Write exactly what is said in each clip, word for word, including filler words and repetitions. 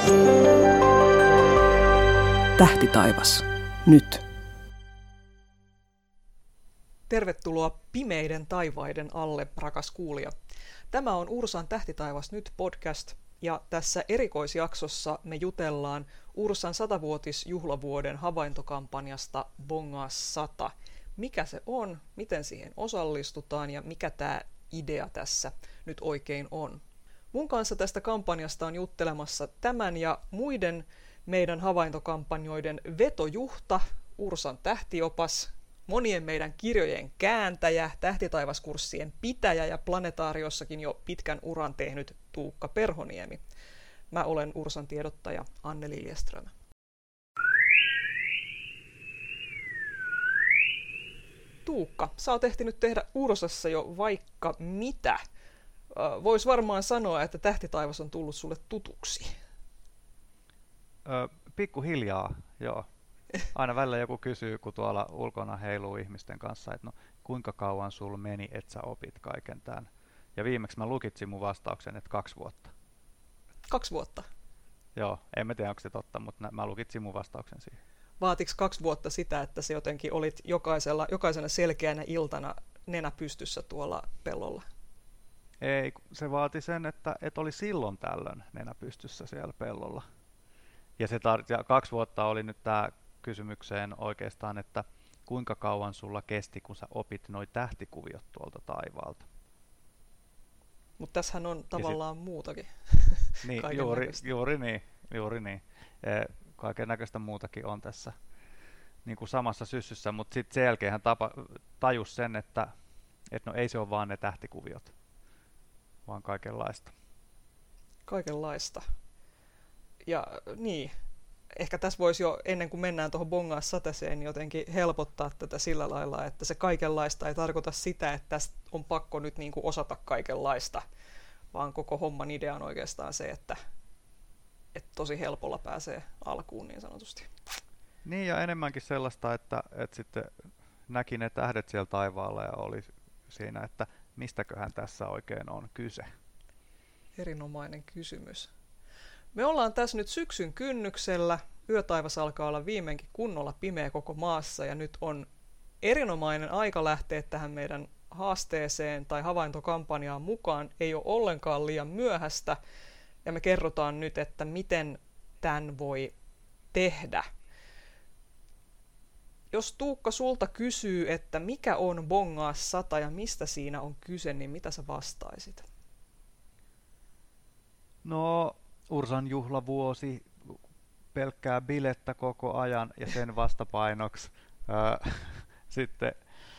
Tähtitaivas. Nyt. Tervetuloa pimeiden taivaiden alle, rakas kuulija. Tämä on Ursan Tähtitaivas nyt podcast, ja tässä erikoisjaksossa me jutellaan Ursan satavuotisjuhlavuoden havaintokampanjasta Bongaa sata. Mikä se on, miten siihen osallistutaan ja mikä tämä idea tässä nyt oikein on. Mun kanssa tästä kampanjasta on juttelemassa tämän ja muiden meidän havaintokampanjoiden vetojuhta, Ursan tähtiopas, monien meidän kirjojen kääntäjä, tähtitaivaskurssien pitäjä ja planetaariossakin jo pitkän uran tehnyt Tuukka Perhoniemi. Mä olen Ursan tiedottaja Anne Liljeström. Tuukka, sä oot ehtinyt tehdä Ursassa jo vaikka mitä. Vois varmaan sanoa, että tähtitaivas on tullut sulle tutuksi. Öö, pikkuhiljaa, joo. Aina välillä joku kysyy, kun tuolla ulkona heiluu ihmisten kanssa, että no kuinka kauan sul meni, että sä opit kaiken tämän. Ja viimeksi mä lukitsin mun vastauksen, että kaksi vuotta. Kaksi vuotta? Joo, en mä tiedä onko se totta, mutta mä lukitsin mun vastauksen siihen. Vaatiko kaksi vuotta sitä, että sä jotenkin olit jokaisella, jokaisena selkeänä iltana nenä pystyssä tuolla pellolla? Ei, se vaati sen, että et oli silloin tällöin nenä pystyssä siellä pellolla. Ja, se tar- ja kaksi vuotta oli nyt tämä kysymykseen oikeastaan, että kuinka kauan sulla kesti, kun sä opit noi tähtikuviot tuolta taivaalta. Mutta tässähän on tavallaan sit muutakin. Niin, juuri, juuri niin. Juuri niin. Kaiken näköistä muutakin on tässä niin kuin samassa syssyssä, mutta sitten sen jälkeen hän tapa, tajus sen, että et no ei se ole vaan ne tähtikuviot, vaan kaikenlaista. Kaikenlaista. Ja niin, ehkä tässä voisi jo ennen kuin mennään tuohon Bongaa sataseen jotenkin helpottaa tätä sillä lailla, että se kaikenlaista ei tarkoita sitä, että tästä on pakko nyt niin kuin osata kaikenlaista, vaan koko homman idea on oikeastaan se, että, että tosi helpolla pääsee alkuun niin sanotusti. Niin ja enemmänkin sellaista, että, että sitten näki ne tähdet siellä taivaalla ja oli siinä, että mistäköhän tässä oikein on kyse. Erinomainen kysymys. Me ollaan tässä nyt syksyn kynnyksellä. Yötaivas alkaa olla viimeinkin kunnolla pimeä koko maassa ja nyt on erinomainen aika lähteä tähän meidän haasteeseen tai havaintokampanjaan mukaan. Ei ole ollenkaan liian myöhäistä ja me kerrotaan nyt, että miten tämän voi tehdä. Jos Tuukka sulta kysyy, että mikä on Bongaa sata ja mistä siinä on kyse, niin mitä sä vastaisit? No, Ursan juhlavuosi, pelkkää bilettä koko ajan ja sen vastapainoksi ää, sitten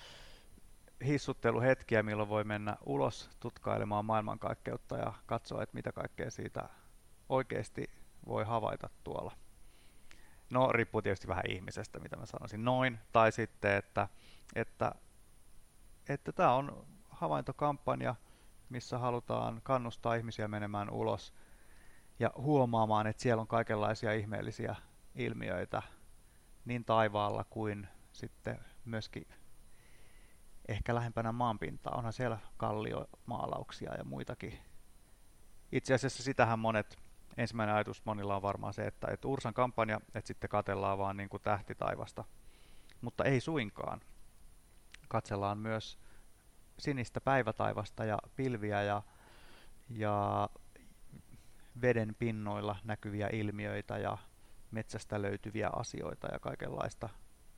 hissutteluhetkiä, milloin voi mennä ulos tutkailemaan maailmankaikkeutta ja katsoa, että mitä kaikkea siitä oikeasti voi havaita tuolla. No, riippuu tietysti vähän ihmisestä, mitä mä sanoisin noin, tai sitten, että että että tämä on havaintokampanja, missä halutaan kannustaa ihmisiä menemään ulos ja huomaamaan, että siellä on kaikenlaisia ihmeellisiä ilmiöitä niin taivaalla kuin sitten myöskin ehkä lähempänä maanpintaa. Onhan siellä kalliomaalauksia ja muitakin. Itse asiassa sitähän monet, ensimmäinen ajatus monilla on varmaan se, että, että Ursan kampanja, että sitten katsellaan vaan niin kuin tähtitaivasta. Mutta ei suinkaan. Katsellaan myös sinistä päivätaivasta ja pilviä ja, ja veden pinnoilla näkyviä ilmiöitä ja metsästä löytyviä asioita ja kaikenlaista,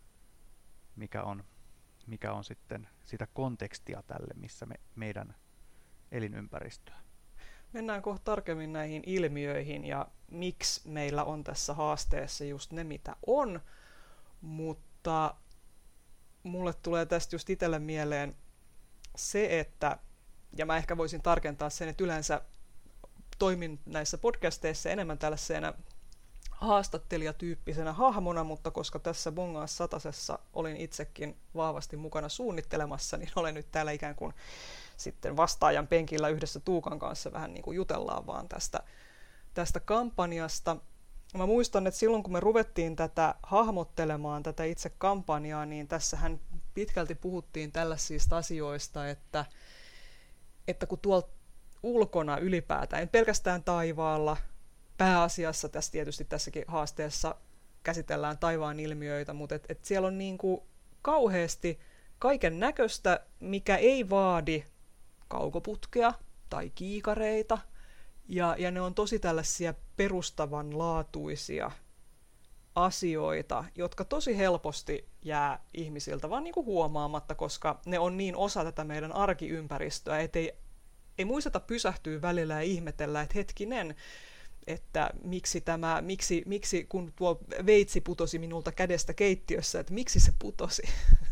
mikä on, mikä on sitten sitä kontekstia tälle, missä me, meidän elinympäristöä. Mennään kohta tarkemmin näihin ilmiöihin ja miksi meillä on tässä haasteessa just ne, mitä on, mutta mulle tulee tästä just itselle mieleen se, että, ja mä ehkä voisin tarkentaa sen, että yleensä toimin näissä podcasteissa enemmän tällaisena haastattelijatyyppisenä hahmona, mutta koska tässä Bongaa satasessa olin itsekin vahvasti mukana suunnittelemassa, niin olen nyt täällä ikään kuin sitten vastaajan penkillä yhdessä Tuukan kanssa vähän niin kuin jutellaan vaan tästä, tästä kampanjasta. Mä muistan, että silloin kun me ruvettiin tätä hahmottelemaan, tätä itse kampanjaa, niin tässähän pitkälti puhuttiin tällaisista asioista, että, että kun tuolla ulkona ylipäätään, ei pelkästään taivaalla pääasiassa tässä tietysti tässäkin haasteessa käsitellään taivaan ilmiöitä, mutta et, et siellä on niinku kauheasti kaiken näköistä, mikä ei vaadi kaukoputkea tai kiikareita, ja, ja ne on tosi tällaisia perustavanlaatuisia asioita, jotka tosi helposti jää ihmisiltä vaan niinku huomaamatta, koska ne on niin osa tätä meidän arkiympäristöä, ettei ei muisteta pysähtyä välillä ja ihmetellä, että hetkinen, että miksi tämä, miksi, miksi kun tuo veitsi putosi minulta kädestä keittiössä, että miksi se putosi.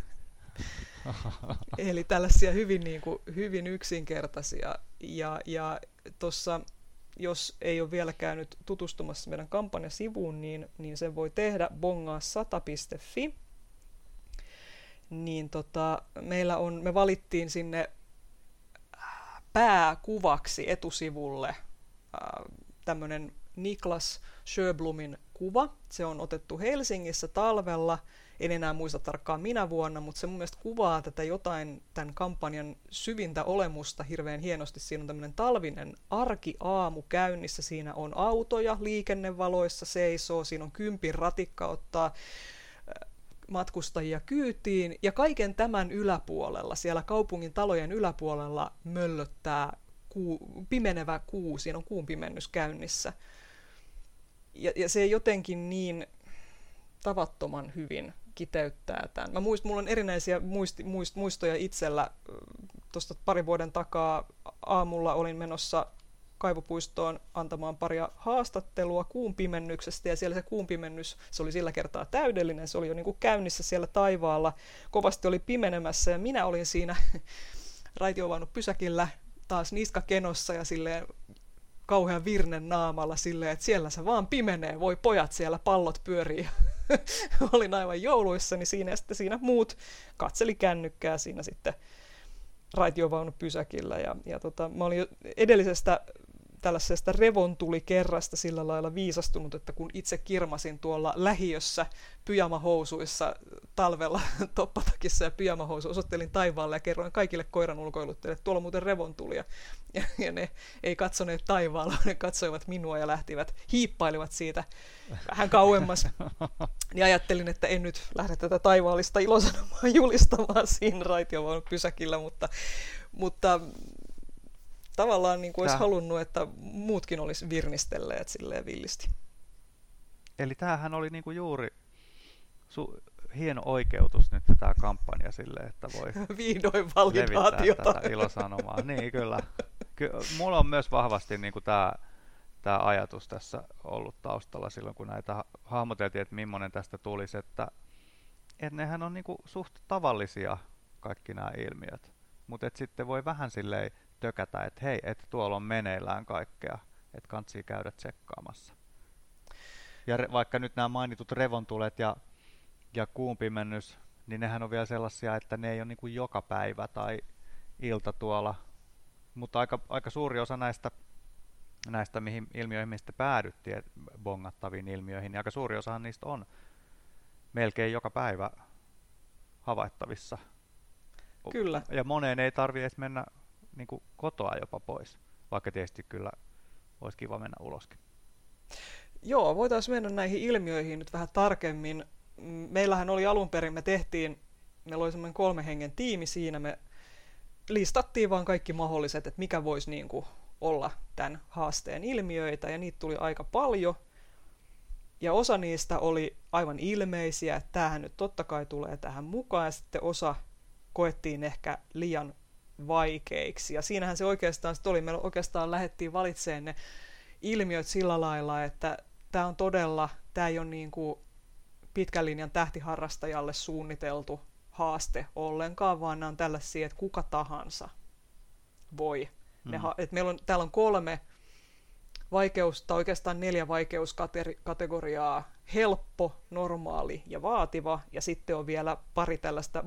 Eli tällaisia hyvin, niin kuin, hyvin yksinkertaisia. Ja, ja tuossa, jos ei ole vielä käynyt tutustumassa meidän kampanjasivuun, niin, niin sen voi tehdä bongaa sata piste fi. Niin tota, meillä on, me valittiin sinne pääkuvaksi etusivulle tämmöinen Niklas Sjöblomin kuva. Se on otettu Helsingissä talvella, en enää muista tarkkaan minä vuonna, mutta se mun mielestä kuvaa tätä jotain tämän kampanjan syvintä olemusta hirveän hienosti. Siinä on tämmöinen talvinen arkiaamu käynnissä, siinä on autoja liikennevaloissa seisoo, siinä on kympin ratikka ottaa matkustajia kyytiin, ja kaiken tämän yläpuolella, siellä kaupungin talojen yläpuolella möllöttää kuu, pimenevä kuu, siinä on kuun pimennys käynnissä. Ja, ja se jotenkin niin tavattoman hyvin kiteyttää tämän. Mä muist, mulla on erinäisiä muisti, muist, muistoja itsellä. Tuosta parin vuoden takaa aamulla olin menossa Kaivopuistoon antamaan paria haastattelua kuun pimennyksestä, ja siellä se kuun pimennys, se oli sillä kertaa täydellinen, se oli jo niin kuin käynnissä siellä taivaalla, kovasti oli pimenemässä, ja minä olin siinä raitiovaunupysäkillä taas niskakenossa ja silleen kauhean virnen naamalla silleen, että siellä se vaan pimenee, voi pojat siellä, pallot pyörii. Olin aivan jouluissani siinä, ja sitten siinä muut katseli kännykkää siinä sitten raitiovaunupysäkillä, ja, ja tota, mä olin edellisestä tällaisesta revontulikerrasta sillä lailla viisastunut, että kun itse kirmasin tuolla lähiössä pyjamahousuissa talvella toppatakissa ja pyjamahousu, osoittelin taivaalle ja kerroin kaikille koiran ulkoiluttajille, että tuolla on muuten revontulia. Ja, ja ne ei katsoneet taivaalla, ne katsoivat minua ja lähtivät, hiippailivat siitä vähän kauemmas. Niin ajattelin, että en nyt lähde tätä taivaallista ilosanomaa julistamaan siinä raitiovaunupysäkillä, mutta, mutta tavallaan niin kuin olisi halunnut, että muutkin olisi virnistelleet silleen villisti. Eli tämähän oli niin kuin juuri su- hieno oikeutus nyt tämä kampanja silleen, että voi vihdoin validaatiota. Tätä ilosanomaa. Niin, kyllä. Ky- mulla on myös vahvasti niin kuin tämä, tämä ajatus tässä ollut taustalla silloin, kun näitä hahmoteltiin, että millainen tästä tulisi, että, että nehän on niin kuin suht tavallisia kaikki nämä ilmiöt, mutta sitten voi vähän silleen tökätä, että hei, että tuolla on meneillään kaikkea, että kantsii käydä tsekkaamassa. Ja re, vaikka nyt nämä mainitut revontulet ja, ja kuunpimennys, niin nehän on vielä sellaisia, että ne ei ole niin kuin joka päivä tai ilta tuolla, mutta aika, aika suuri osa näistä, näistä mihin ilmiöihin, mistä päädyttiin, bongattaviin ilmiöihin, niin aika suuri osahan niistä on melkein joka päivä havaittavissa. Kyllä. Ja moneen ei tarvitse edes mennä niin kuin kotoa jopa pois, vaikka tietysti kyllä olisi kiva mennä uloskin. Joo, voitaisiin mennä näihin ilmiöihin nyt vähän tarkemmin. Meillähän oli alun perin, me tehtiin, meillä oli semmoinen kolmen hengen tiimi siinä, me listattiin vaan kaikki mahdolliset, että mikä voisi niin kuin olla tämän haasteen ilmiöitä, ja niitä tuli aika paljon. Ja osa niistä oli aivan ilmeisiä, että tämähän nyt totta kai tulee tähän mukaan, ja sitten osa koettiin ehkä liian vaikeiksi. Ja siinähän se oikeastaan sit oli, me oikeastaan lähdettiin valitsemaan ne ilmiöt sillä lailla, että tämä on todella, tämä ei ole niin kuin pitkän linjan tähtiharrastajalle suunniteltu haaste ollenkaan, vaan nämä on tällaisia, että kuka tahansa voi. Mm. Ne, että meillä on, täällä on kolme vaikeus, tai oikeastaan neljä vaikeuskategoriaa, helppo, normaali ja vaativa, ja sitten on vielä pari tällaista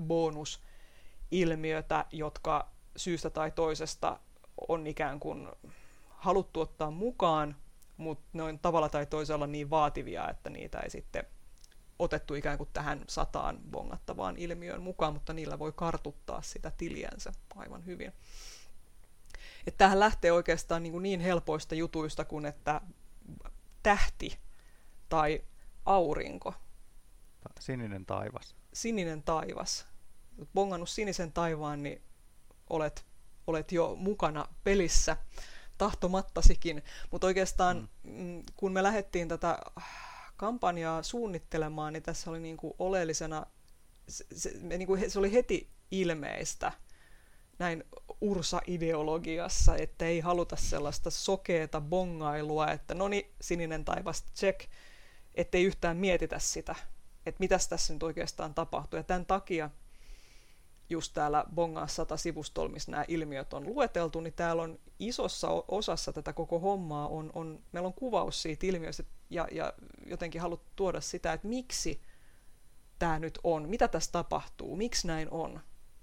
bonusilmiötä, jotka syystä tai toisesta on ikään kuin haluttu ottaa mukaan, mutta ne on tavalla tai toisella niin vaativia, että niitä ei sitten otettu ikään kuin tähän sataan bongattavaan ilmiöön mukaan, mutta niillä voi kartuttaa sitä tiliänsä aivan hyvin. Että tämähän lähtee oikeastaan niin, kuin niin helpoista jutuista kuin, että tähti tai aurinko. Sininen taivas. Sininen taivas. Bongannut sinisen taivaan, niin olet, olet jo mukana pelissä tahtomattasikin. Mutta oikeastaan mm. kun me lähdettiin tätä kampanjaa suunnittelemaan, niin tässä oli niinku oleellisena, se, se, niinku, se oli heti ilmeistä näin Ursa-ideologiassa, että ei haluta sellaista sokeeta bongailua, että no niin, sininen taivas, check, ettei yhtään mietitä sitä, että mitäs tässä nyt oikeastaan tapahtuu. Ja tämän takia just täällä Bongaa sata sivustolla, missä nämä ilmiöt on lueteltu, niin täällä on isossa osassa tätä koko hommaa, on, on, meillä on kuvaus siitä ilmiöstä ja, ja jotenkin haluat tuoda sitä, että miksi tämä nyt on, mitä tässä tapahtuu, miksi näin on.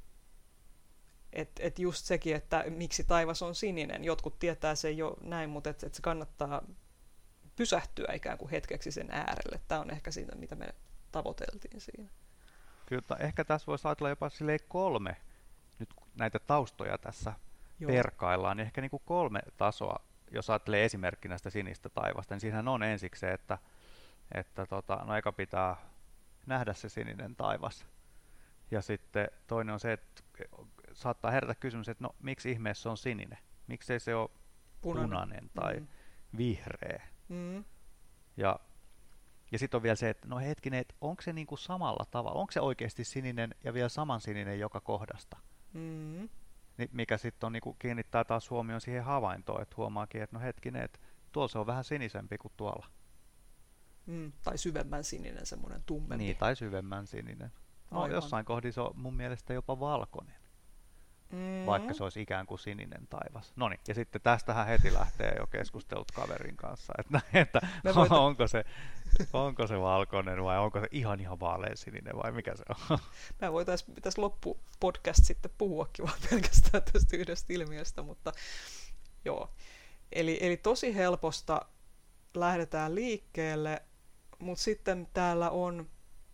Että et just sekin, että miksi taivas on sininen, jotkut tietää sen jo näin, mutta että et se kannattaa pysähtyä ikään kuin hetkeksi sen äärelle. Tämä on ehkä siitä, mitä me tavoiteltiin siinä. Kyllä, ehkä tässä voisi ajatella jopa silleen kolme, nyt näitä taustoja tässä Joo. perkaillaan, niin ehkä niin kuin kolme tasoa, jos ajattelee esimerkkinä sitä sinistä taivasta, niin siinähän on ensiksi se, että, että tota, no eka pitää nähdä se sininen taivas. Ja sitten toinen on se, että saattaa herätä kysymys, että no miksi ihmeessä se on sininen? Miksei se ole punainen, punainen tai mm. vihreä? Mm. Ja Ja sitten on vielä se, että no hetkinen, että onko se niinku samalla tavalla, onko se oikeasti sininen ja vielä saman sininen joka kohdasta? Mm. Mikä sitten on niinku kiinnittää taas huomioon siihen havaintoon, että huomaakin, että no hetkinen, että tuolla se on vähän sinisempi kuin tuolla. Mm. Tai syvemmän sininen, semmoinen tummempi. Niin, tai syvemmän sininen. No aivan. Jossain kohdissa se on mun mielestä jopa valkoinen. Mm. Vaikka se olisi ikään kuin sininen taivas. Noniin, ja sitten tästähän heti lähtee jo keskustelut kaverin kanssa, että, että voit... onko, se, onko se valkoinen vai onko se ihan ihan vaaleansininen vai mikä se on. Mä voitaisiin tässä loppupodcast sitten puhuakin vaan pelkästään tästä yhdestä ilmiöstä, mutta joo. Eli, eli tosi helposta lähdetään liikkeelle, mutta sitten täällä on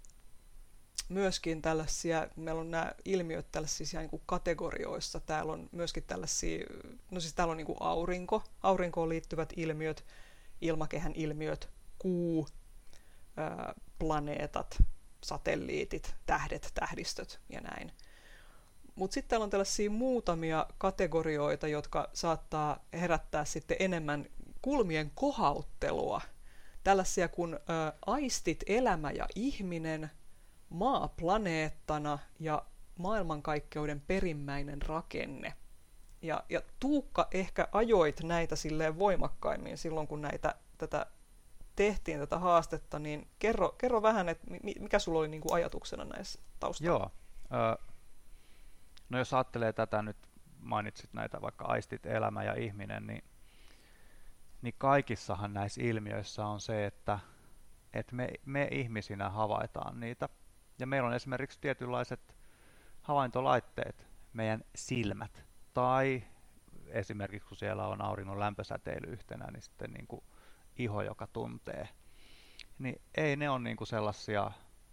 myöskin tällaisia, meillä on nämä ilmiöt tällaisissa niin kuin kategorioissa, täällä on myöskin tällaisia, no siis täällä on niin kuin aurinko, aurinkoon liittyvät ilmiöt, ilmakehän ilmiöt, kuu, ää, planeetat, satelliitit, tähdet, tähdistöt ja näin. Mutta sitten täällä on tällaisia muutamia kategorioita, jotka saattaa herättää sitten enemmän kulmien kohauttelua. Tällaisia kuin ää, aistit, elämä ja ihminen, maa planeettana ja maailmankaikkeuden perimmäinen rakenne. Ja, ja Tuukka ehkä ajoit näitä silleen voimakkaimmin silloin, kun näitä, tätä tehtiin, tätä haastetta, niin kerro, kerro vähän, että mikä sulla oli niinku ajatuksena näissä taustalla? Joo. Ö, no jos ajattelee tätä nyt, mainitsit näitä vaikka aistit, elämä ja ihminen, niin, niin kaikissahan näissä ilmiöissä on se, että, että me, me ihmisinä havaitaan niitä. Ja meillä on esimerkiksi tietynlaiset havaintolaitteet, meidän silmät, tai esimerkiksi kun siellä on auringon lämpösäteily yhtenä, niin sitten niin kuin iho, joka tuntee. Niin ei ne ole niin kuin sellaisia,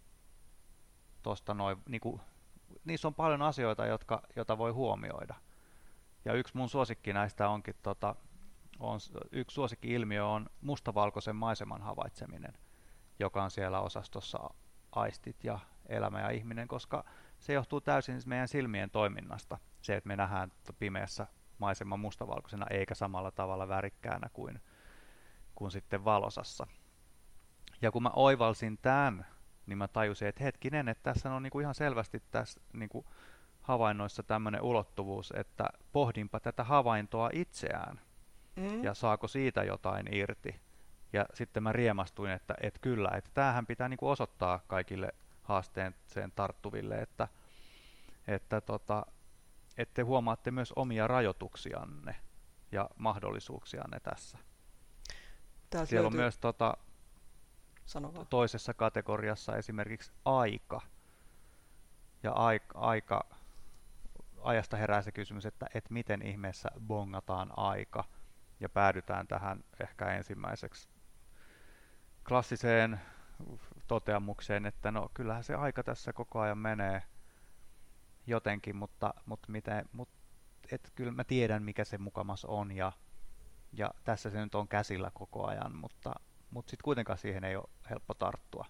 tosta noin, niin kuin, niissä on paljon asioita, jotka, joita voi huomioida. Ja yksi mun suosikki näistä onkin, tota, on, yksi suosikki-ilmiö on mustavalkoisen maiseman havaitseminen, joka on siellä osastossa aistit ja elämä ja ihminen, koska se johtuu täysin meidän silmien toiminnasta. Se, että me nähdään pimeässä maisema mustavalkoisena eikä samalla tavalla värikkäänä kuin, kuin sitten valosassa. Ja kun mä oivalsin tämän, niin mä tajusin, että hetkinen, että tässä on niinku ihan selvästi tässä niinku havainnoissa tämmöinen ulottuvuus, että pohdinpa tätä havaintoa itseään mm. ja saako siitä jotain irti. Ja sitten mä riemastuin, että, että kyllä, että tämähän pitää niinku osoittaa kaikille haasteeseen tarttuville, että, että, tota, että te huomaatte myös omia rajoituksianne ja mahdollisuuksianne tässä. Täältä Siellä löytyy... on myös tota, toisessa kategoriassa esimerkiksi aika. Ja aika, aika, ajasta herää se kysymys, että, että miten ihmeessä bongataan aika. Ja päädytään tähän ehkä ensimmäiseksi klassiseen toteamukseen, että no kyllähän se aika tässä koko ajan menee jotenkin, mutta, mutta miten, mutta et kyllä mä tiedän mikä se mukamas on ja, ja tässä se nyt on käsillä koko ajan, mutta, mutta sitten kuitenkaan siihen ei ole helppo tarttua.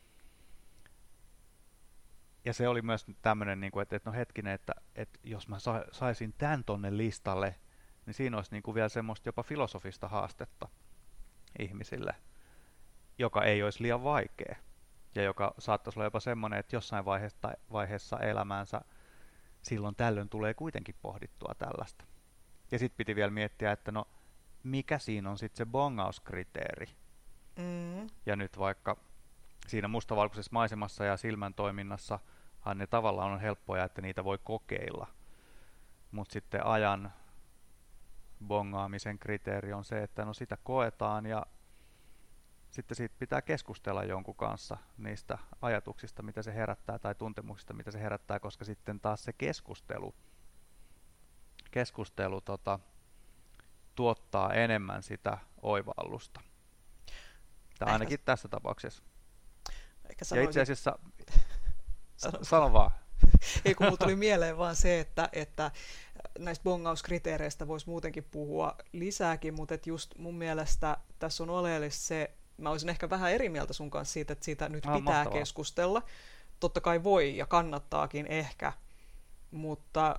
Ja se oli myös tämmöinen, niin että, että no hetkinen, että, että jos mä saisin tämän tonne listalle, niin siinä olisi niin kuin vielä semmoista jopa filosofista haastetta ihmisille, joka ei olisi liian vaikea. Ja joka saattaisi olla jopa semmoinen, että jossain vaiheessa, vaiheessa elämäänsä silloin tällöin tulee kuitenkin pohdittua tällaista. Ja sitten piti vielä miettiä, että no mikä siinä on sitten se bongauskriteeri. Mm. Ja nyt vaikka siinä mustavalkoisessa maisemassa ja silmän toiminnassahan ne tavallaan on helppoja, että niitä voi kokeilla. Mutta sitten ajan bongaamisen kriteeri on se, että no sitä koetaan ja sitten siitä pitää keskustella jonkun kanssa niistä ajatuksista, mitä se herättää, tai tuntemuksista, mitä se herättää, koska sitten taas se keskustelu, keskustelu tota, tuottaa enemmän sitä oivallusta. Tai ainakin Ehkä... tässä tapauksessa. Ehkä ja itse asiassa, sano, sano vaan. Ei, kun mulla tuli mieleen vaan se, että, että näistä bongauskriteereistä voisi muutenkin puhua lisääkin, mutta et just mun mielestä tässä on oleellista se, mä olisin ehkä vähän eri mieltä sun kanssa siitä, että siitä nyt ah, pitää mahtavaa. keskustella. Totta kai voi ja kannattaakin ehkä, mutta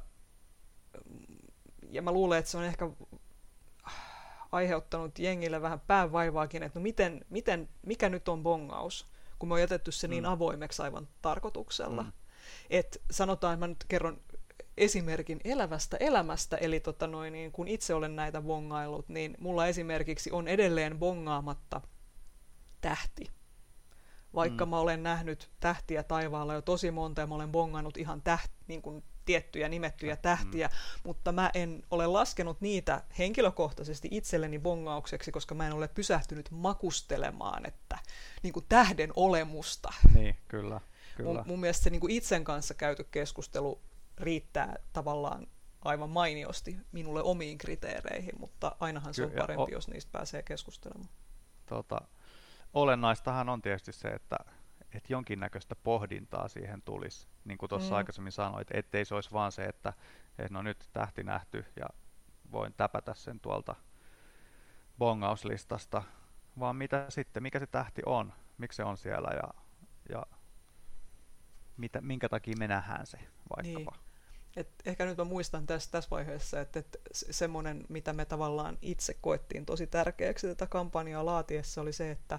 ja mä luulen, että se on ehkä aiheuttanut jengille vähän päänvaivaakin, että no miten, miten, mikä nyt on bongaus, kun me on jätetty se niin mm. avoimeksi aivan tarkoituksella. Mm. Et sanotaan, että mä nyt kerron esimerkin elävästä elämästä, eli tota noin, niin kun itse olen näitä bongaillut, niin mulla esimerkiksi on edelleen bongaamatta tähti. Vaikka mm. mä olen nähnyt tähtiä taivaalla jo tosi monta ja mä olen bongannut ihan täht, niin kuin tiettyjä nimettyjä tähtiä, mm. mutta mä en ole laskenut niitä henkilökohtaisesti itselleni bongaukseksi, koska mä en ole pysähtynyt makustelemaan, että niin kuin tähden olemusta. Niin, kyllä. kyllä. Mun, mun mielestä se niin kuin itsen kanssa käyty keskustelu riittää tavallaan aivan mainiosti minulle omiin kriteereihin, mutta ainahan se on Ky- parempi, o- jos niistä pääsee keskustelemaan. Tota, olennaistahan on tietysti se, että, että jonkinnäköistä pohdintaa siihen tulisi. Niin kuin tuossa mm. aikaisemmin sanoit, ettei se olisi vaan se, että, että no nyt tähti nähty ja voin täpätä sen tuolta bongauslistasta, vaan mitä sitten, mikä se tähti on, miksi se on siellä ja, ja mitä, minkä takia me nähdään se vaikkapa. Niin. Et ehkä nyt mä muistan tässä, tässä vaiheessa, että, että semmoinen, mitä me tavallaan itse koettiin tosi tärkeäksi tätä kampanjaa laatiessa, oli se, että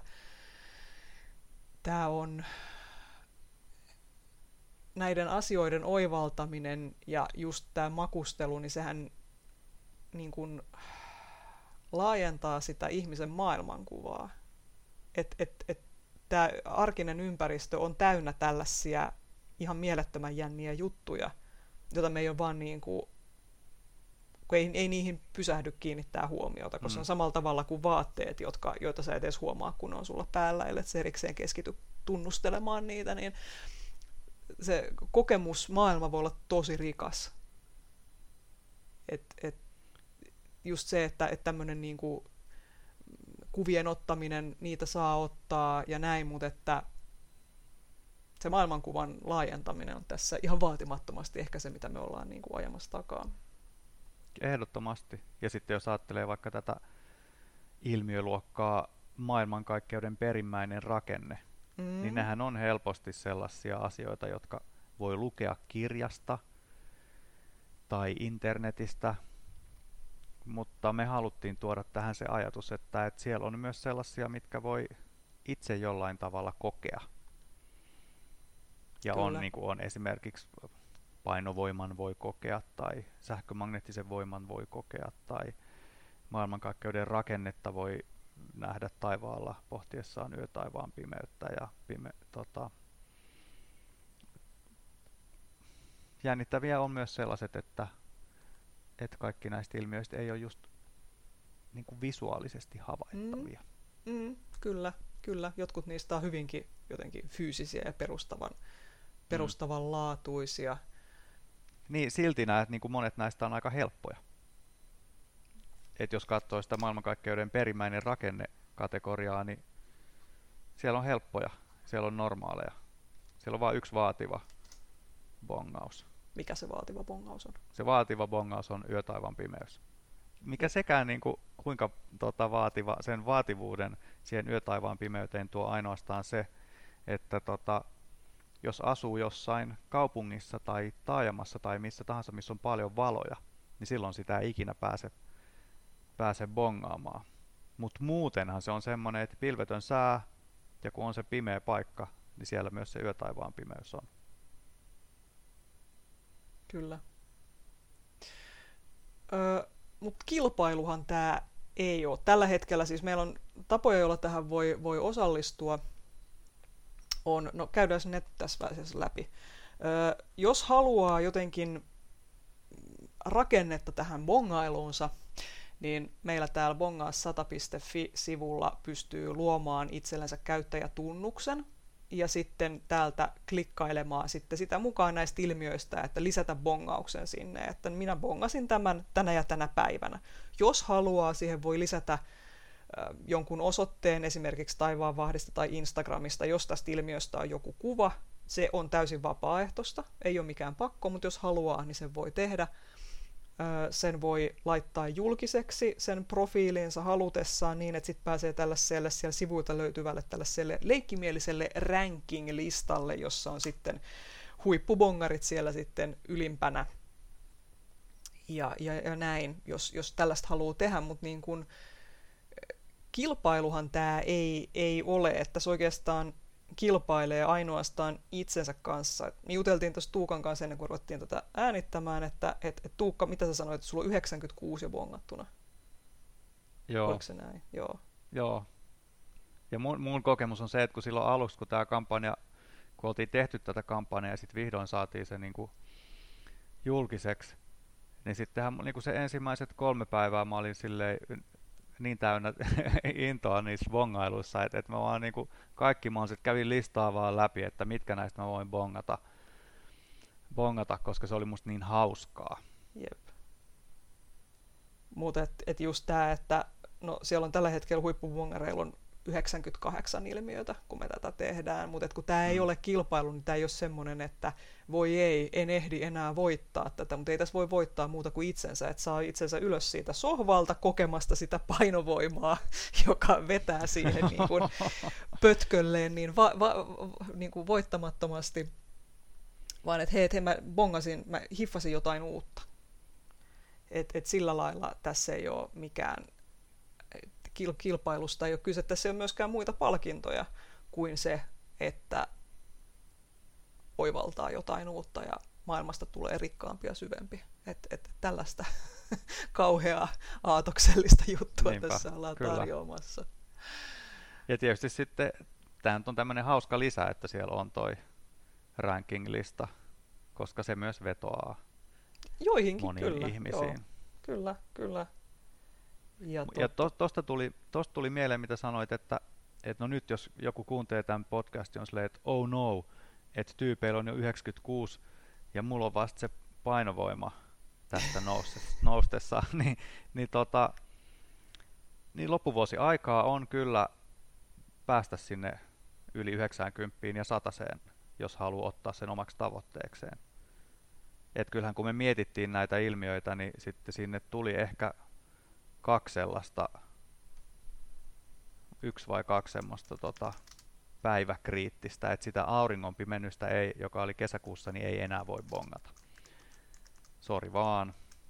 tämä on näiden asioiden oivaltaminen ja just tämä makustelu, niin sehän niin kuin laajentaa sitä ihmisen maailmankuvaa. Että et, et, tämä arkinen ympäristö on täynnä tällaisia ihan mielettömän jänniä juttuja, jota me ei ole vaan niin kuin, kun ei, ei niihin pysähdy kiinnittää huomiota, koska mm. se on samalla tavalla kuin vaatteet, jotka, joita sä et edes huomaa, kun on sulla päällä, ellei se erikseen keskity tunnustelemaan niitä, niin se kokemusmaailma voi olla tosi rikas. Et, et just se, että et tämmöinen niin kuin kuvien ottaminen, niitä saa ottaa ja näin, mutta että se maailmankuvan laajentaminen on tässä ihan vaatimattomasti ehkä se, mitä me ollaan niin kuin ajamassa takaa. Ehdottomasti. Ja sitten jos ajattelee vaikka tätä ilmiöluokkaa maailmankaikkeuden perimmäinen rakenne, mm. niin nehän on helposti sellaisia asioita, jotka voi lukea kirjasta tai internetistä, mutta me haluttiin tuoda tähän se ajatus, että, että siellä on myös sellaisia, mitkä voi itse jollain tavalla kokea. Ja on, niin kuin on esimerkiksi painovoiman voi kokea tai sähkömagneettisen voiman voi kokea tai maailmankaikkeuden rakennetta voi nähdä taivaalla pohtiessaan yötaivaan pimeyttä. Ja pime, tota, jännittäviä on myös sellaiset, että, että kaikki näistä ilmiöistä ei ole just niin kuin visuaalisesti havaittavia. Mm, mm, kyllä, kyllä. Jotkut niistä on hyvinkin jotenkin fyysisiä ja perustavan perustavanlaatuisia. Niin, silti näet, niin kuin monet näistä on aika helppoja. Et jos katsoo sitä maailmankaikkeuden perimmäinen rakennekategoriaa, niin siellä on helppoja, siellä on normaaleja. Siellä on vain yksi vaativa bongaus. Mikä se vaativa bongaus on? Se vaativa bongaus on yötaivaan pimeys. Mikä sekään niin kuin kuinka tota, vaativa, sen vaativuuden siihen yötaivaan pimeyteen tuo ainoastaan se, että tota, jos asuu jossain kaupungissa tai taajamassa tai missä tahansa, missä on paljon valoja, niin silloin sitä ei ikinä pääse, pääse bongaamaan. Mutta muutenhan se on semmoinen, että pilvetön sää, ja kun on se pimeä paikka, niin siellä myös se yötaivaan pimeys on. Kyllä. Öö, Mutta kilpailuhan tämä ei ole. Tällä hetkellä siis meillä on tapoja, joilla tähän voi, voi osallistua. On, no käydään ne tässä välissä läpi. Öö, jos haluaa jotenkin rakennetta tähän bongailuunsa, niin meillä täällä bongaa sata piste fi-sivulla pystyy luomaan itsellensä käyttäjätunnuksen ja sitten täältä klikkailemaan sitten sitä mukaan näistä ilmiöistä, että lisätä bongauksen sinne, että minä bongasin tämän tänä ja tänä päivänä. Jos haluaa, siihen voi lisätä äh, jonkun osoitteen esimerkiksi Taivaanvahdista tai Instagramista, jos tästä ilmiöstä on joku kuva. Se on täysin vapaaehtoista, ei ole mikään pakko, mutta jos haluaa, niin sen voi tehdä. Sen voi laittaa julkiseksi sen profiiliinsa halutessaan niin, että sitten pääsee tällaiselle siellä sivuilta löytyvälle tällaiselle leikkimieliselle ranking-listalle, jossa on sitten huippubongarit siellä sitten ylimpänä ja, ja, ja näin, jos, jos tällaista haluaa tehdä, mutta niin kun, kilpailuhan tämä ei, ei ole, että se oikeastaan kilpailee ainoastaan itsensä kanssa. Me juteltiin tuossa Tuukan kanssa ennen kuin ruvettiin tätä äänittämään, että et, et Tuukka, mitä sä sanoit, että sulla on yhdeksänkymmentäkuusi jo bongattuna? Joo. Oliko se näin? Joo. Joo. Ja mun, mun kokemus on se, että kun silloin aluksi, kun tämä kampanja, kun oltiin tehty tätä kampanjaa ja sitten vihdoin saatiin se niinku julkiseksi, niin sittenhän niinku se ensimmäiset kolme päivää mä olin silleen niin täynnä intoa niissä bongailuissa, että, että mä vaan niinku kaikki mahdolliset kävin listaa vaan läpi, että mitkä näistä mä voin bongata, bongata koska se oli musta niin hauskaa. Jep. Mutta et, et just tää, että no siellä on tällä hetkellä huippubongareilla on yhdeksänkymmentäkahdeksan ilmiötä, kun me tätä tehdään, mutta kun tämä ei mm. ole kilpailu, niin tämä ei ole semmoinen, että voi ei, en ehdi enää voittaa tätä, mutta ei tässä voi voittaa muuta kuin itsensä, että saa itsensä ylös siitä sohvalta kokemasta sitä painovoimaa, joka vetää siihen niin kuin pötkölleen niin, va, va, niin kuin voittamattomasti, vaan että hei, et hei, mä bongasin, mä hiffasin jotain uutta. Että et sillä lailla tässä ei ole mikään kilpailusta ei ole kyse. Tässä ei ole myöskään muita palkintoja kuin se, että oivaltaa jotain uutta ja maailmasta tulee rikkaampi ja syvempi. Että et tällaista kauheaa aatoksellista juttua Niinpä, tässä ollaan kyllä tarjoamassa. Ja tietysti sitten tämä on tämmöinen hauska lisä, että siellä on toi ranking-lista, koska se myös vetoaa joihinkin moniin kyllä, ihmisiin. Joo. Kyllä, kyllä. Ja, ja to, tosta, tuli, tosta tuli mieleen, mitä sanoit, että, että no nyt jos joku kuuntelee tämän podcastin, on silleen, että oh no, että tyypeillä on jo yhdeksänkymmentäkuusi ja mulla on vasta se painovoima tästä noustessa, niin, niin, tota, niin loppuvuosi aikaa on kyllä päästä sinne yli yhdeksänkymmentä ja sataseen, jos haluaa ottaa sen omaksi tavoitteekseen. Et kyllähän kun me mietittiin näitä ilmiöitä, niin sitten sinne tuli ehkä kaksi sellaista, yksi vai kaksi semmoista tota, päiväkriittistä, että sitä auringonpimennystä, ei, joka oli kesäkuussa, niin ei enää voi bongata. Sori vaan.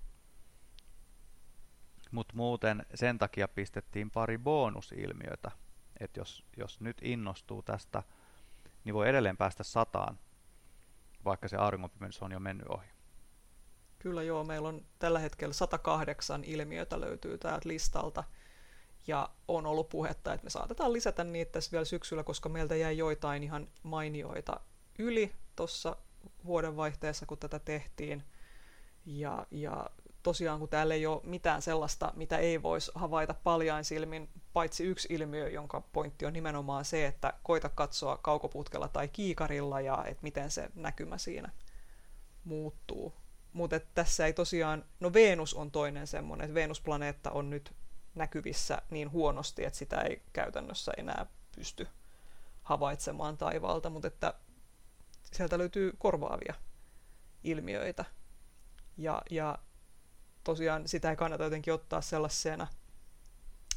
Mutta muuten sen takia pistettiin pari bonusilmiötä, että jos, jos nyt innostuu tästä, niin voi edelleen päästä sataan, vaikka se auringonpimennys on jo mennyt ohi. Kyllä joo, meillä on tällä hetkellä sata kahdeksan ilmiötä löytyy täältä listalta, ja on ollut puhetta, että me saatetaan lisätä niitä tässä vielä syksyllä, koska meiltä jäi joitain ihan mainioita yli tuossa vuodenvaihteessa, kun tätä tehtiin, ja, ja tosiaan kun täällä ei ole mitään sellaista, mitä ei voisi havaita paljain silmin, paitsi yksi ilmiö, jonka pointti on nimenomaan se, että koita katsoa kaukoputkella tai kiikarilla, ja että miten se näkymä siinä muuttuu. Mutta tässä ei tosiaan, no Venus on toinen semmoinen, että Venusplaneetta on nyt näkyvissä niin huonosti, että sitä ei käytännössä enää pysty havaitsemaan taivaalta, mutta että sieltä löytyy korvaavia ilmiöitä. Ja, ja tosiaan sitä ei kannata jotenkin ottaa sellaisena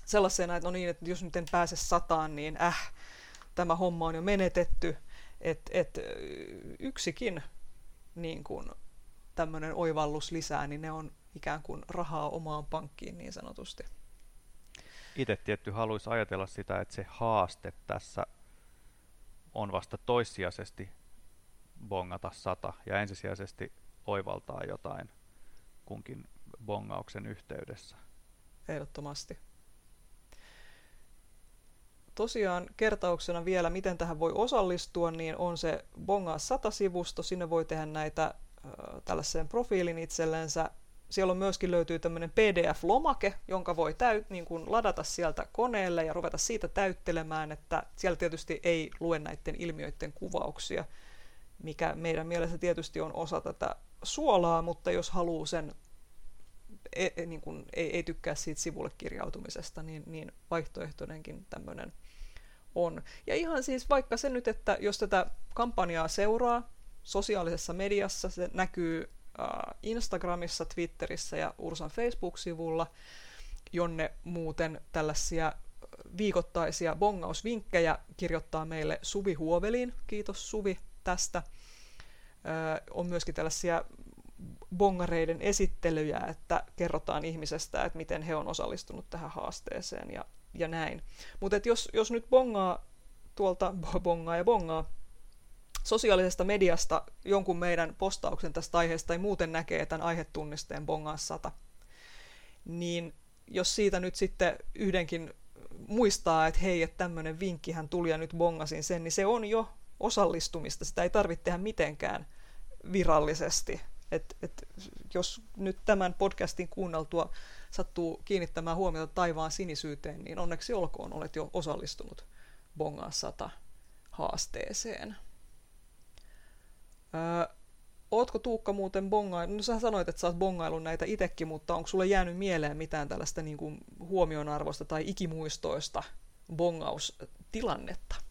sellaisena, että no niin, että jos nyt en pääse sataan, niin äh, tämä homma on jo menetetty. Että et, yksikin niin kun tämmöinen oivallus lisää, niin ne on ikään kuin rahaa omaan pankkiin niin sanotusti. Itse tietty haluaisi ajatella sitä, että se haaste tässä on vasta toissijaisesti bongata sata ja ensisijaisesti oivaltaa jotain kunkin bongauksen yhteydessä. Ehdottomasti. Tosiaan kertauksena vielä, miten tähän voi osallistua, niin on se Bongaa sata-sivusto. Sinne voi tehdä näitä äh, tällaisen profiilin itsellensä. Siellä on myöskin löytyy tämmöinen P D F-lomake, jonka voi täyt, niin kuin ladata sieltä koneelle ja ruveta siitä täyttelemään, että siellä tietysti ei lue näiden ilmiöiden kuvauksia, mikä meidän mielestä tietysti on osa tätä suolaa, mutta jos haluaa sen, ei, niin kuin, ei, ei tykkää siitä sivulle kirjautumisesta, niin, niin vaihtoehtoinenkin tämmöinen on. Ja ihan siis vaikka se nyt, että jos tätä kampanjaa seuraa sosiaalisessa mediassa, se näkyy Instagramissa, Twitterissä ja Ursan Facebook-sivulla, jonne muuten tällaisia viikoittaisia bongausvinkkejä kirjoittaa meille Suvi Huoveliin. Kiitos Suvi tästä. On myöskin tällaisia bongareiden esittelyjä, että kerrotaan ihmisestä, että miten he on osallistunut tähän haasteeseen ja, ja näin. Mutta jos, jos nyt bongaa tuolta, bongaa ja bongaa, sosiaalisesta mediasta jonkun meidän postauksen tästä aiheesta tai muuten näkee tämän aihetunnisteen bongaa sata, niin jos siitä nyt sitten yhdenkin muistaa, että hei, että tämmöinen vinkkihän tuli ja nyt bongasin sen, niin se on jo osallistumista. Sitä ei tarvitse tehdä mitenkään virallisesti. Et, et, jos nyt tämän podcastin kuunneltua sattuu kiinnittämään huomiota taivaan sinisyyteen, niin onneksi olkoon, olet jo osallistunut bongaa sata haasteeseen. Öö, ootko Tuukka muuten bongailu? No sä sanoit, että sä oot bongaillut näitä itsekin, mutta onko sulle jäänyt mieleen mitään tällaista niin kuin huomionarvoista tai ikimuistoista bongaustilannetta?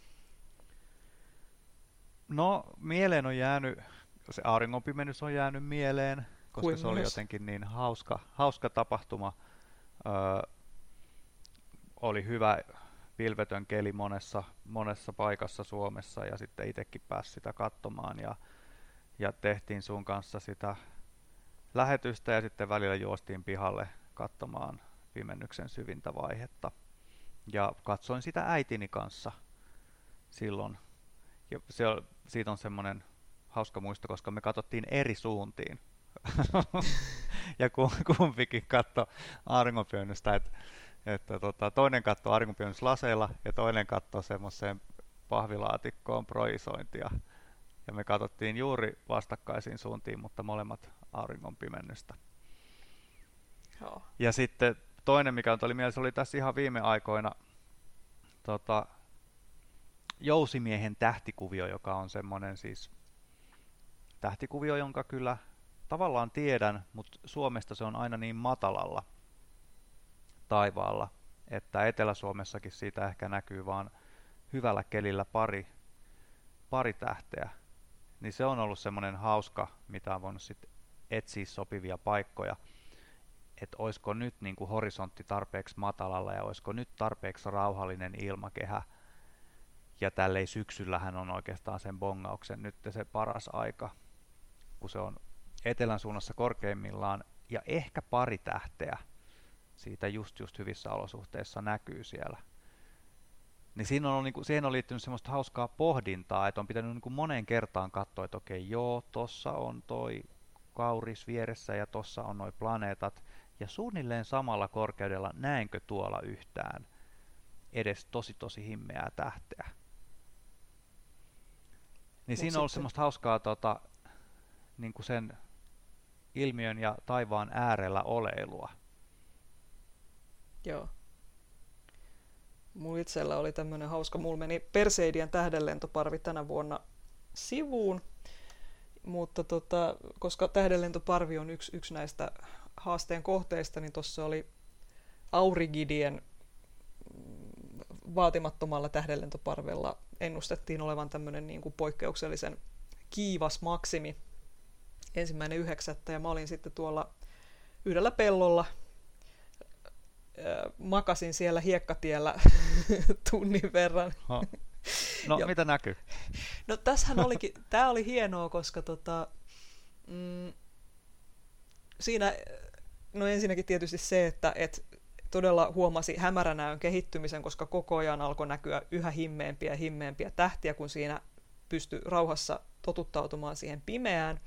No, mieleen on jäänyt, se auringonpimennys on jäänyt mieleen, koska Kuin se oli myös jotenkin niin hauska, hauska tapahtuma. Öö, oli hyvä pilvetön keli monessa, monessa paikassa Suomessa ja sitten itsekin pääsi sitä katsomaan ja, ja tehtiin sun kanssa sitä lähetystä ja sitten välillä juostiin pihalle katsomaan pimennyksen syvintä vaihetta. Ja katsoin sitä äitini kanssa silloin. Ja se, siitä on semmoinen hauska muisto, koska me katsottiin eri suuntiin. Ja kumpikin katsoi auringonpyönnystä, että että tota, toinen katsoi auringonpyönnyslaseilla ja toinen katsoi semmoiseen pahvilaatikkoon projisointia. Ja me katsottiin juuri vastakkaisiin suuntiin, mutta molemmat auringonpimennystä. Joo. Ja sitten toinen, mikä oli mielessä, oli tässä ihan viime aikoina tota, Jousimiehen tähtikuvio, joka on semmoinen siis tähtikuvio, jonka kyllä tavallaan tiedän, mutta Suomesta se on aina niin matalalla taivaalla, että Etelä-Suomessakin siitä ehkä näkyy vaan hyvällä kelillä pari, pari tähteä. Niin se on ollut semmoinen hauska, mitä on voinut sitten etsiä sopivia paikkoja, että olisiko nyt niin kuin horisontti tarpeeksi matalalla ja olisiko nyt tarpeeksi rauhallinen ilmakehä. Ja tälleen syksyllähän on oikeastaan sen bongauksen nyt se paras aika, kun se on etelän suunnassa korkeimmillaan ja ehkä pari tähteä siitä just just hyvissä olosuhteissa näkyy siellä. Niin siinä on, niin kuin, siihen on liittynyt semmoista hauskaa pohdintaa, että on pitänyt niin kuin moneen kertaan katsoa, että okei, joo, tossa on toi kauris vieressä ja tossa on noi planeetat. Ja suunnilleen samalla korkeudella näenkö tuolla yhtään edes tosi tosi himmeää tähteä. Niin siinä on ollut semmoista hauskaa tota, niin kuin sen ilmiön ja taivaan äärellä oleilua. Joo. Mulla itsellä oli tämmönen hauska, mulla meni Perseidien tähdenlentoparvi tänä vuonna sivuun, mutta tota, koska tähdenlentoparvi on yksi, yksi näistä haasteen kohteista, niin tuossa oli Aurigidien vaatimattomalla tähdenlentoparvella ennustettiin olevan tämmöinen niin kuin poikkeuksellisen kiivas maksimi ensimmäinen yhdeksättä, ja mä olin sitten tuolla yhdellä pellolla makasin siellä hiekkatiellä tunnin verran. No, no ja, mitä näkyy? No tässähän olikin, tää oli hienoa, koska tota, mm, siinä, no ensinnäkin tietysti se, että et todella huomasi hämäränäön kehittymisen, koska koko ajan alkoi näkyä yhä himmeämpiä ja himmeämpiä tähtiä, kun siinä pystyi rauhassa totuttautumaan siihen pimeään.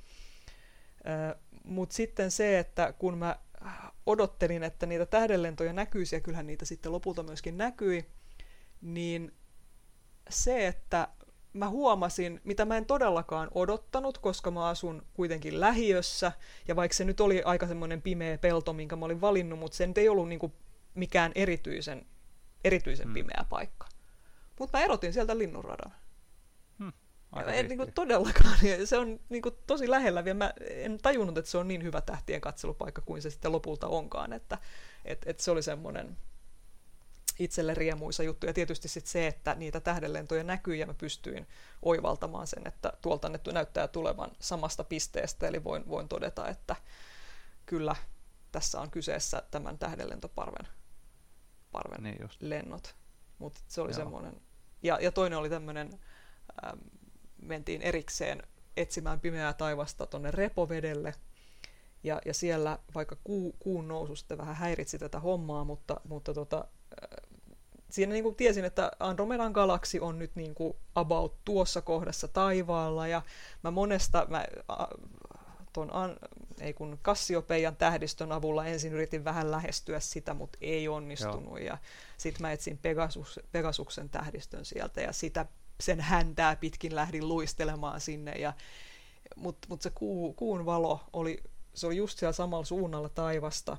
Mutta sitten se, että kun mä odottelin, että niitä tähdenlentoja näkyisi, ja kyllähän niitä sitten lopulta myöskin näkyi, niin se, että mä huomasin, mitä mä en todellakaan odottanut, koska mä asun kuitenkin lähiössä, ja vaikka se nyt oli aika semmoinen pimeä pelto, minkä mä olin valinnut, mutta se nyt ei ollut niinku mikään erityisen, erityisen hmm. pimeä paikka. Mutta mä erotin sieltä linnunradan. Hmm. En niinku todellakaan. Se on niinku tosi lähellä vielä. Mä en tajunnut, että se on niin hyvä tähtien katselupaikka kuin se sitten lopulta onkaan. Että et, et se oli semmoinen itselle riemuisa juttu. Ja tietysti sitten se, että niitä tähdenlentoja näkyy ja mä pystyin oivaltamaan sen, että tuolta ne näyttää tulevan samasta pisteestä. Eli voin, voin todeta, että kyllä tässä on kyseessä tämän tähdenlentoparven parven niin lennot. Mutta se oli semmoinen. Ja, ja toinen oli tämmöinen, ähm, mentiin erikseen etsimään pimeää taivasta tuonne Repovedelle. Ja, ja siellä vaikka kuu, kuun nousu sitten vähän häiritsi tätä hommaa, mutta, mutta tota, äh, siinä niin kuin tiesin, että Andromedan galaksi on nyt niin kuin about tuossa kohdassa taivaalla. Ja mä monesta, mä, äh, ton an, ei kun Kassiopeian tähdistön avulla ensin yritin vähän lähestyä sitä, mutta ei onnistunut. Ja sitten mä etsin Pegasus, Pegasuksen tähdistön sieltä ja sitä, sen häntää pitkin lähdin luistelemaan sinne. Ja, mutta mut se kuu, kuun valo oli, se oli just siellä samalla suunnalla taivasta,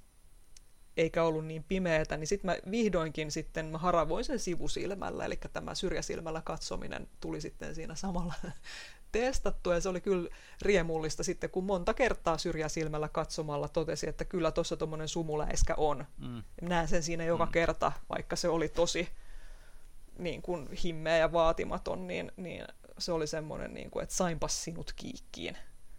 eikä ollut niin pimeätä, niin sitten mä vihdoinkin sitten mä haravoin sen sivusilmällä, eli tämä syrjäsilmällä katsominen tuli sitten siinä samalla testattu, ja se oli kyllä riemullista sitten, kun monta kertaa syrjäsilmällä katsomalla totesi, että kyllä tuossa tuommoinen sumuläiskä on. Mm. Näen sen siinä joka mm. kerta, vaikka se oli tosi niin kuin himmeä ja vaatimaton, niin, niin se oli semmoinen, niin kuin, että sainpas sinut kiikkiin.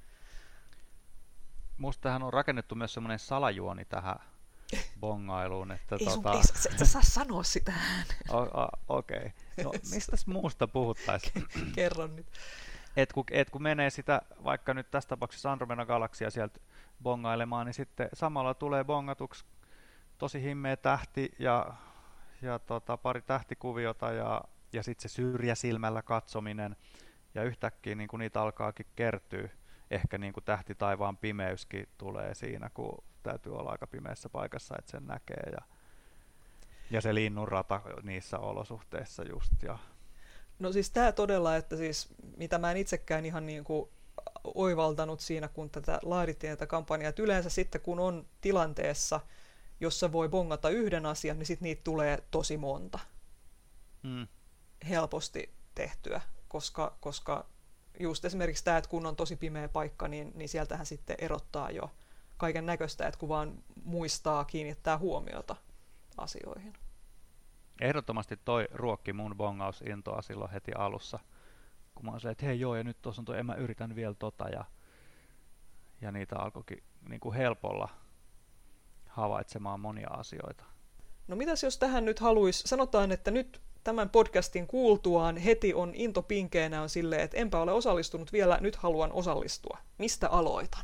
Musta tähän on rakennettu myös semmoinen salajuoni tähän bongailuun. Että ei sun, tota... ei, sä, sä saa sanoa sitä ääneen. Okei. Okay. No mistäs muusta puhuttaisiin? Kerro nyt. Et kun, et kun menee sitä, vaikka nyt tässä tapauksessa Andromedan galaksia sieltä bongailemaan, niin sitten samalla tulee bongatuksi tosi himmeä tähti ja, ja tota, pari tähtikuviota ja, ja sitten se syrjäsilmällä katsominen. Ja yhtäkkiä niin kun niitä alkaakin kertyä, ehkä niin kuin tähti taivaan pimeyskin tulee siinä, kun täytyy olla aika pimeässä paikassa, että sen näkee. Ja, ja se linnunrata niissä olosuhteissa just. Ja no siis tämä todella, että siis mitä mä en itsekään ihan niin kuin oivaltanut siinä, kun tätä laadittiin tätä kampanjaa, että yleensä sitten kun on tilanteessa, jossa voi bongata yhden asian, niin sitten niitä tulee tosi monta. Hmm. Helposti tehtyä, koska, koska just esimerkiksi tämä, että kun on tosi pimeä paikka, niin, niin sieltähän sitten erottaa jo kaiken näköistä, että kun vaan muistaa kiinnittää huomiota asioihin. Ehdottomasti toi ruokki mun bongausintoa silloin heti alussa, kun mä olin silleen, että hei joo, ja nyt tuossa on toi, en mä yritän vielä tota, ja, ja niitä alkoikin niin kuin helpolla havaitsemaan monia asioita. No mitäs jos tähän nyt haluaisi, sanotaan, että nyt tämän podcastin kuultuaan heti on into pinkeänä on silleen, että enpä ole osallistunut vielä, nyt haluan osallistua. Mistä aloitan?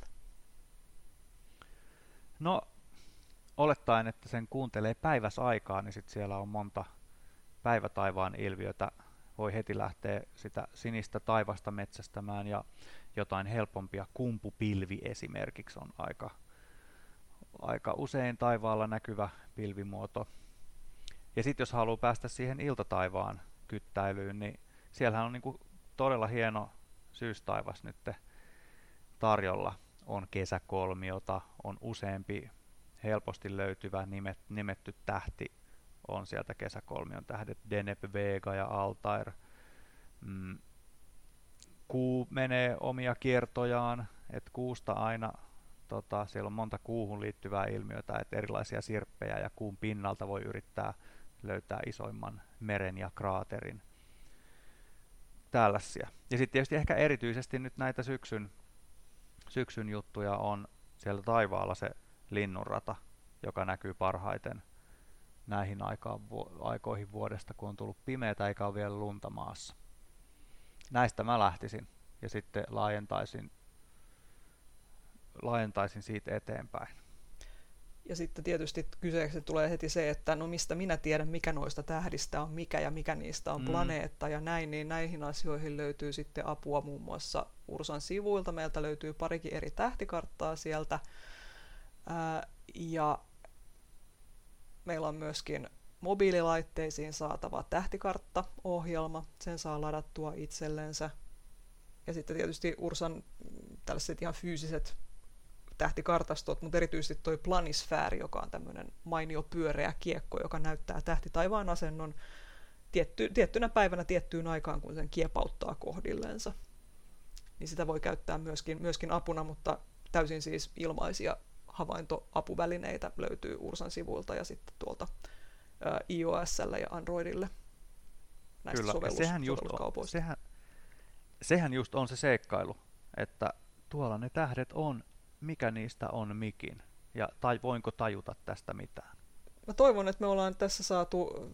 No, olettaen, että sen kuuntelee päiväs aikaa, niin sit siellä on monta päivätaivaan ilviötä. Voi heti lähteä sitä sinistä taivasta metsästämään ja jotain helpompia. Kumpupilvi esimerkiksi on aika, aika usein taivaalla näkyvä pilvimuoto. Ja sitten jos haluaa päästä siihen iltataivaan kyttäilyyn, niin siellähän on niinku todella hieno syystaivas nyt tarjolla. On kesäkolmiota, on useampi helposti löytyvä nimet, nimetty tähti. On sieltä kesäkolmion tähdet Deneb, Vega ja Altair. Mm. Kuu menee omia kiertojaan, että kuusta aina, tota, siellä on monta kuuhun liittyvää ilmiötä, että erilaisia sirppejä ja kuun pinnalta voi yrittää löytää isoimman meren ja kraaterin. Tällaisia. Ja sitten tietysti ehkä erityisesti nyt näitä syksyn, syksyn juttuja on siellä taivaalla se linnunrata, joka näkyy parhaiten näihin aikaan, aikoihin vuodesta, kun on tullut pimeätä eikä ole vielä lunta maassa. Näistä mä lähtisin ja sitten laajentaisin, laajentaisin siitä eteenpäin. Ja sitten tietysti kyseeksi tulee heti se, että no mistä minä tiedän, mikä noista tähdistä on mikä ja mikä niistä on mm. planeetta ja näin, niin näihin asioihin löytyy sitten apua muun muassa Ursan sivuilta. Meiltä löytyy parikin eri tähtikarttaa sieltä. Ää, ja meillä on myöskin mobiililaitteisiin saatava tähtikartta-ohjelma. Sen saa ladattua itsellensä. Ja sitten tietysti Ursan tällaiset ihan fyysiset tähtikartastot, mutta erityisesti toi planisfääri, joka on tämmöinen mainio pyöreä kiekko, joka näyttää tähtitaivaan asennon tietty, tiettynä päivänä tiettyyn aikaan, kun sen kiepauttaa kohdillensa. Niin sitä voi käyttää myöskin, myöskin apuna, mutta täysin siis ilmaisia havaintoapuvälineitä löytyy Ursan sivuilta ja sitten tuolta ä, iOS:lle ja Androidille näistä Kyllä, sovellus, sehän just on, sehän, sehän just on se seikkailu, että tuolla ne tähdet on, mikä niistä on mikin, ja tai voinko tajuta tästä mitään. Mä toivon, että me ollaan tässä saatu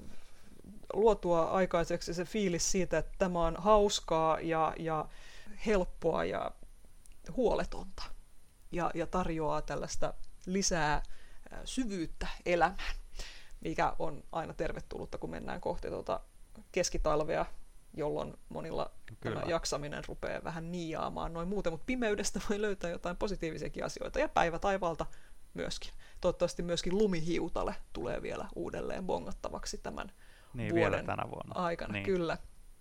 luotua aikaiseksi se fiilis siitä, että tämä on hauskaa ja, ja helppoa ja huoletonta ja, ja tarjoaa tällaista lisää syvyyttä elämään, mikä on aina tervetullutta, kun mennään kohti tuota keskitalvea, jolloin monilla Kyllä. tämä jaksaminen rupeaa vähän niiaamaan noin muuten, mutta pimeydestä voi löytää jotain positiivisiakin asioita ja päivä taivaalta myöskin. Toivottavasti myöskin lumihiutale tulee vielä uudelleen bongattavaksi tämän niin, vuoden vielä tänä vuonna. aikana. Niin. Kyllä.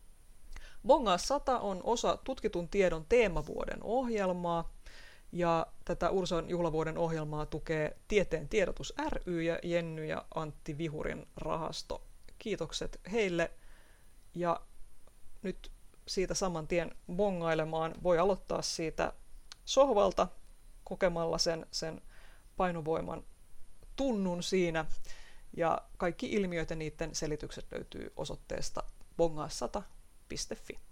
Bongaa sata on osa tutkitun tiedon teemavuoden ohjelmaa, ja tätä Ursan juhlavuoden ohjelmaa tukee Tieteen tiedotus ry ja Jenny ja Antti Vihurin rahasto. Kiitokset heille, ja nyt siitä saman tien bongailemaan voi aloittaa siitä sohvalta kokemalla sen, sen painovoiman tunnun siinä, ja kaikki ilmiöt ja niiden selitykset löytyy osoitteesta bongaa sata piste fi.